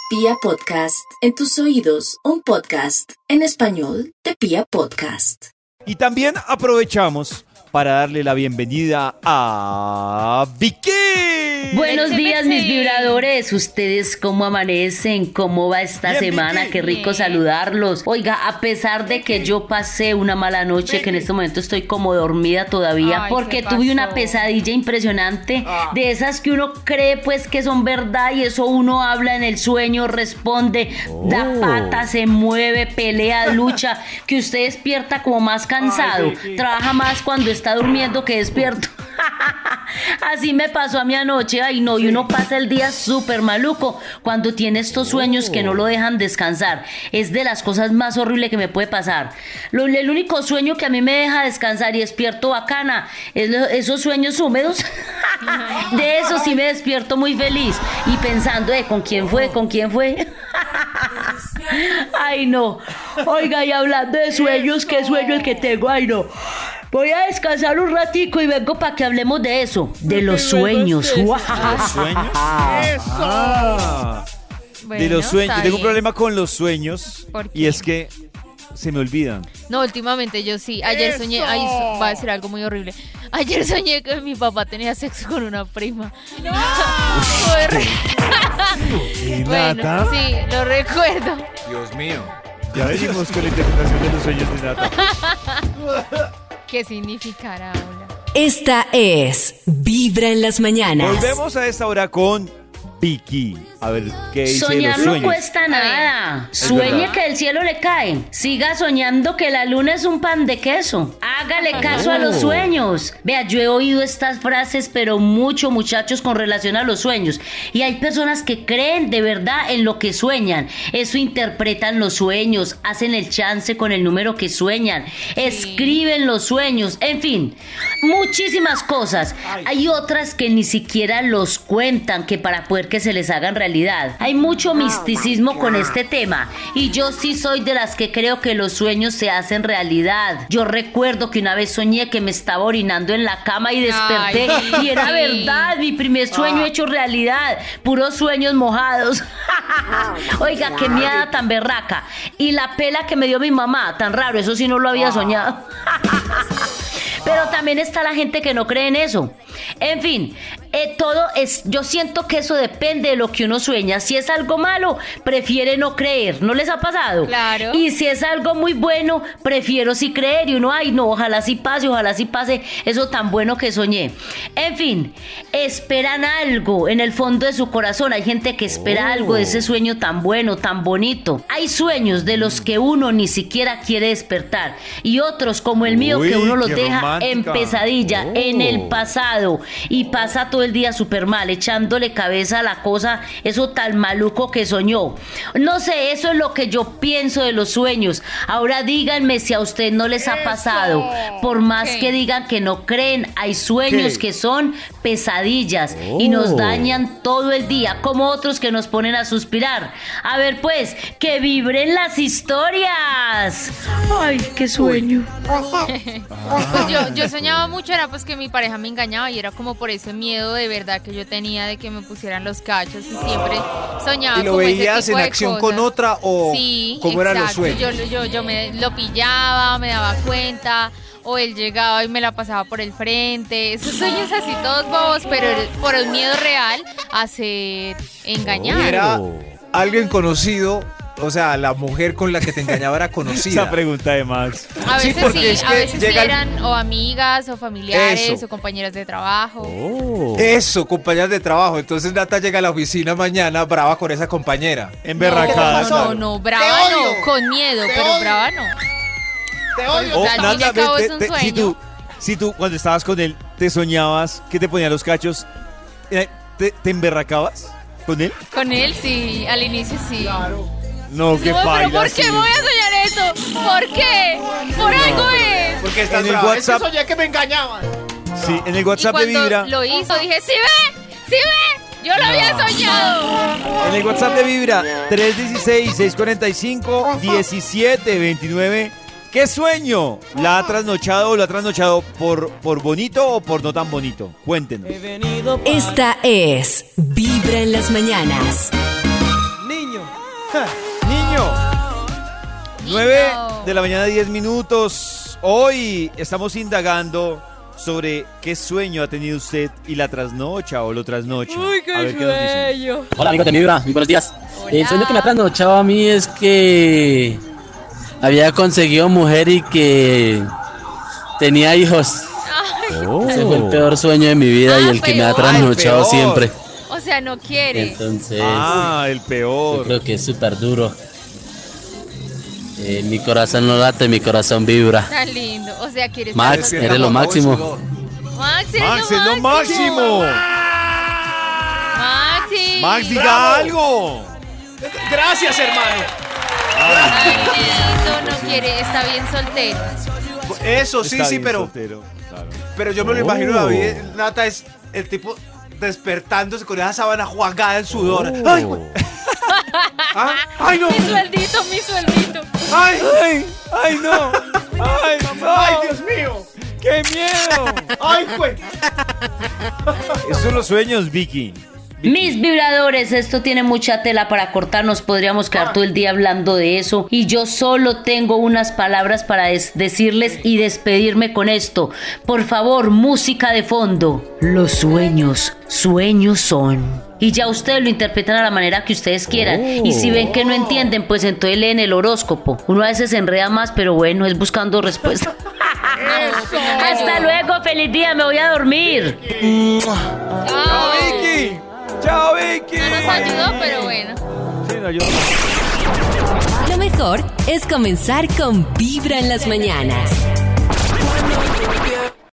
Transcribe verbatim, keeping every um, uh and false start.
Pia Podcast, en tus oídos, un podcast en español de Pia Podcast. Y también aprovechamos para darle la bienvenida a Vicky. Buenos días, mis vibradores. ¿Ustedes cómo amanecen? ¿Cómo va esta Bien, semana? Vicky. Qué rico saludarlos. Oiga, a pesar de que yo pasé una mala noche, que en este momento estoy como dormida todavía, Ay, porque ¿qué tuve pasó? una pesadilla impresionante, de esas que uno cree pues que son verdad y eso uno habla en el sueño, responde, da pata, se mueve, pelea, lucha, que usted despierta como más cansado, trabaja más cuando está durmiendo que despierto. Así me pasó a mí anoche. Ay no, y uno pasa el día súper maluco cuando tiene estos sueños que no lo dejan descansar. Es de las cosas más horribles que me puede pasar. Lo, el único sueño que a mí me deja descansar y despierto bacana es lo, esos sueños húmedos. De eso sí me despierto muy feliz y pensando, eh, ¿con quién fue? ¿Con quién fue? Ay no. Oiga, y hablando de sueños, ¿qué sueño el que tengo? Ay no. Voy a descansar un ratico y vengo para que hablemos de eso, de los sueños. ¿Los sueños? Ah, Bueno, de los sueños. está Yo tengo un bien. problema con los sueños ¿Por qué? y es que se me olvidan. No, últimamente yo sí. Ayer soñé, ay, so- va a decir algo muy horrible. Ayer soñé que mi papá tenía sexo con una prima. ¡No! Fue re- ¿Y Bueno, Nata? sí, lo recuerdo. Dios mío. Ya venimos con la interpretación de los sueños de Nata. ¿Qué significará ahora? Esta es Vibra en las mañanas. Volvemos a esta hora con Vicky. A ver, ¿qué dice de Soñar los no sueños? cuesta nada. Es Sueñe verdad. que el cielo le cae. Siga soñando que la luna es un pan de queso. Hágale caso a los Oh. sueños. Vea, yo he oído estas frases, pero mucho, muchachos, con relación a los sueños. Y hay personas que creen de verdad en lo que sueñan. Eso interpretan los sueños, hacen el chance con el número que sueñan, escriben los sueños, en fin, muchísimas cosas. Hay otras que ni siquiera los cuentan, que para poder que se les hagan realidad. Hay mucho misticismo con este tema y yo sí soy de las que creo que los sueños se hacen realidad. Yo recuerdo que una vez soñé que me estaba orinando en la cama y desperté Ay, y era sí. verdad, mi primer sueño hecho realidad, puros sueños mojados. Oiga, qué miada tan berraca. Y la pela que me dio mi mamá, tan raro, eso sí no lo había soñado. Pero también está la gente que no cree en eso. En fin, eh, todo es, yo siento que eso depende de lo que uno sueña. Si es algo malo, prefiere no creer. ¿No les ha pasado? Claro. Y si es algo muy bueno, prefiero sí creer. Y uno, ay no, ojalá sí pase, ojalá sí pase eso tan bueno que soñé. En fin, esperan algo en el fondo de su corazón. Hay gente que espera Oh. algo de ese sueño tan bueno, tan bonito. Hay sueños de los que uno ni siquiera quiere despertar. Y otros, como el mío, Uy, que uno los qué deja romántica. en pesadilla, Oh. en el pasado. Y pasa todo el día súper mal, echándole cabeza a la cosa, eso tan maluco que soñó. No sé, eso es lo que yo pienso de los sueños. Ahora díganme si a usted no les ha pasado. Por más ¿Qué? que digan que no creen, hay sueños ¿Qué? que son pesadillas y nos Oh. dañan todo el día, como otros que nos ponen a suspirar. A ver pues, que vibren las historias. Ay, qué sueño. Pues yo, yo soñaba mucho, era pues que mi pareja me engañaba y era como por ese miedo de verdad que yo tenía de que me pusieran los cachos y siempre soñaba ¿Y lo como ese veías tipo en de acción cosas. con otra o Sí, cómo eran los exacto. sueños? Yo, yo, yo me lo pillaba, me daba cuenta, o él llegaba y me la pasaba por el frente. Esos sueños así todos bobos, pero por el miedo real a ser ¿Y engañado. era alguien conocido? O sea, la mujer con la que te engañaba era conocida. Esa pregunta de Max. A Sí, veces porque sí, es a que veces sí llega el- eran o amigas o familiares Eso. o compañeras de trabajo. Oh. Eso, compañeras de trabajo. Entonces Nata llega a la oficina mañana brava con esa compañera. Emberracada. No, pasó? no, no, brava Te no, odio. con miedo, Te pero odio. brava no. Te odio. Oh, O sea, al fin y Nata, al cabo te- es un te- si sueño. tú, si tú cuando estabas con él te soñabas que te ponían los cachos, eh, ¿te, te emberracabas con él? Con él sí, al inicio sí. No, qué No, pero paila, ¿por qué sí. voy a soñar eso? ¿Por qué? Por algo es. Porque estás En el brava. WhatsApp- Es que soñé que me engañaban. Sí, en el Y WhatsApp de cuando Vibra. lo hizo dije, ¿sí ve? ¿Sí ve? Yo lo había soñado. En el WhatsApp de Vibra, tres uno seis, seis cuatro cinco, uno siete dos nueve. ¿Qué sueño? ¿La ha trasnochado o lo ha trasnochado por, por bonito o por no tan bonito? Cuéntenos. Esta es Vibra en las mañanas. Niño, Niño. nueve Niño. de la mañana, diez minutos. Hoy estamos indagando sobre qué sueño ha tenido usted y la trasnocha o lo trasnocha. Uy, qué A ver qué nos dicen. sueño. Hola amigos de Vibra, muy buenos días. Hola. El sueño que me ha trasnochado a mí es que había conseguido mujer y que tenía hijos. Ay, Ese fue el peor sueño de mi vida Ah, y el que me ha peor. trasnochado Ay, peor. siempre. o sea, no quiere. Entonces, Ah, el yo peor. creo que es súper duro. Eh, mi corazón no late, mi corazón vibra. Tan lindo. O sea, quieres Max, estar Despierta eres lo con todo el máximo. sudor. Max, eres Max, lo es lo máximo. Maxi. Max, diga Bravo. algo. Gracias, hermano. Ay, Nito, no quiere, está bien soltero. Eso sí, Está sí, bien pero, soltero, claro. pero yo me lo Oh. imagino, David, Nata es el tipo despertándose con esa sábana jugada en sudor. Oh. Ay, güey. ¿Ah? Ay, no. Mi sueldito, mi sueldito. Ay, ¡Ay! ¡Ay, no! ¡Ay, no! ay, Dios mío. ¡Qué miedo! Ay, güey. Esos son los sueños, Vicky. Mis vibradores, esto tiene mucha tela para cortar, nos podríamos quedar todo el día hablando de eso y yo solo tengo unas palabras para des- decirles y despedirme con esto. Por favor, música de fondo. Los sueños, sueños son. Y ya ustedes lo interpretan a la manera que ustedes quieran. Y si ven que no entienden, pues entonces leen el horóscopo. Uno a veces se enreda más, pero bueno, es buscando respuesta. Hasta luego, feliz día, me voy a dormir. ¡Chao, Vicky! ¡Chao, Vicky! No nos ayudó, pero bueno. Sí, no, yo... Lo mejor es comenzar con Vibra en las mañanas.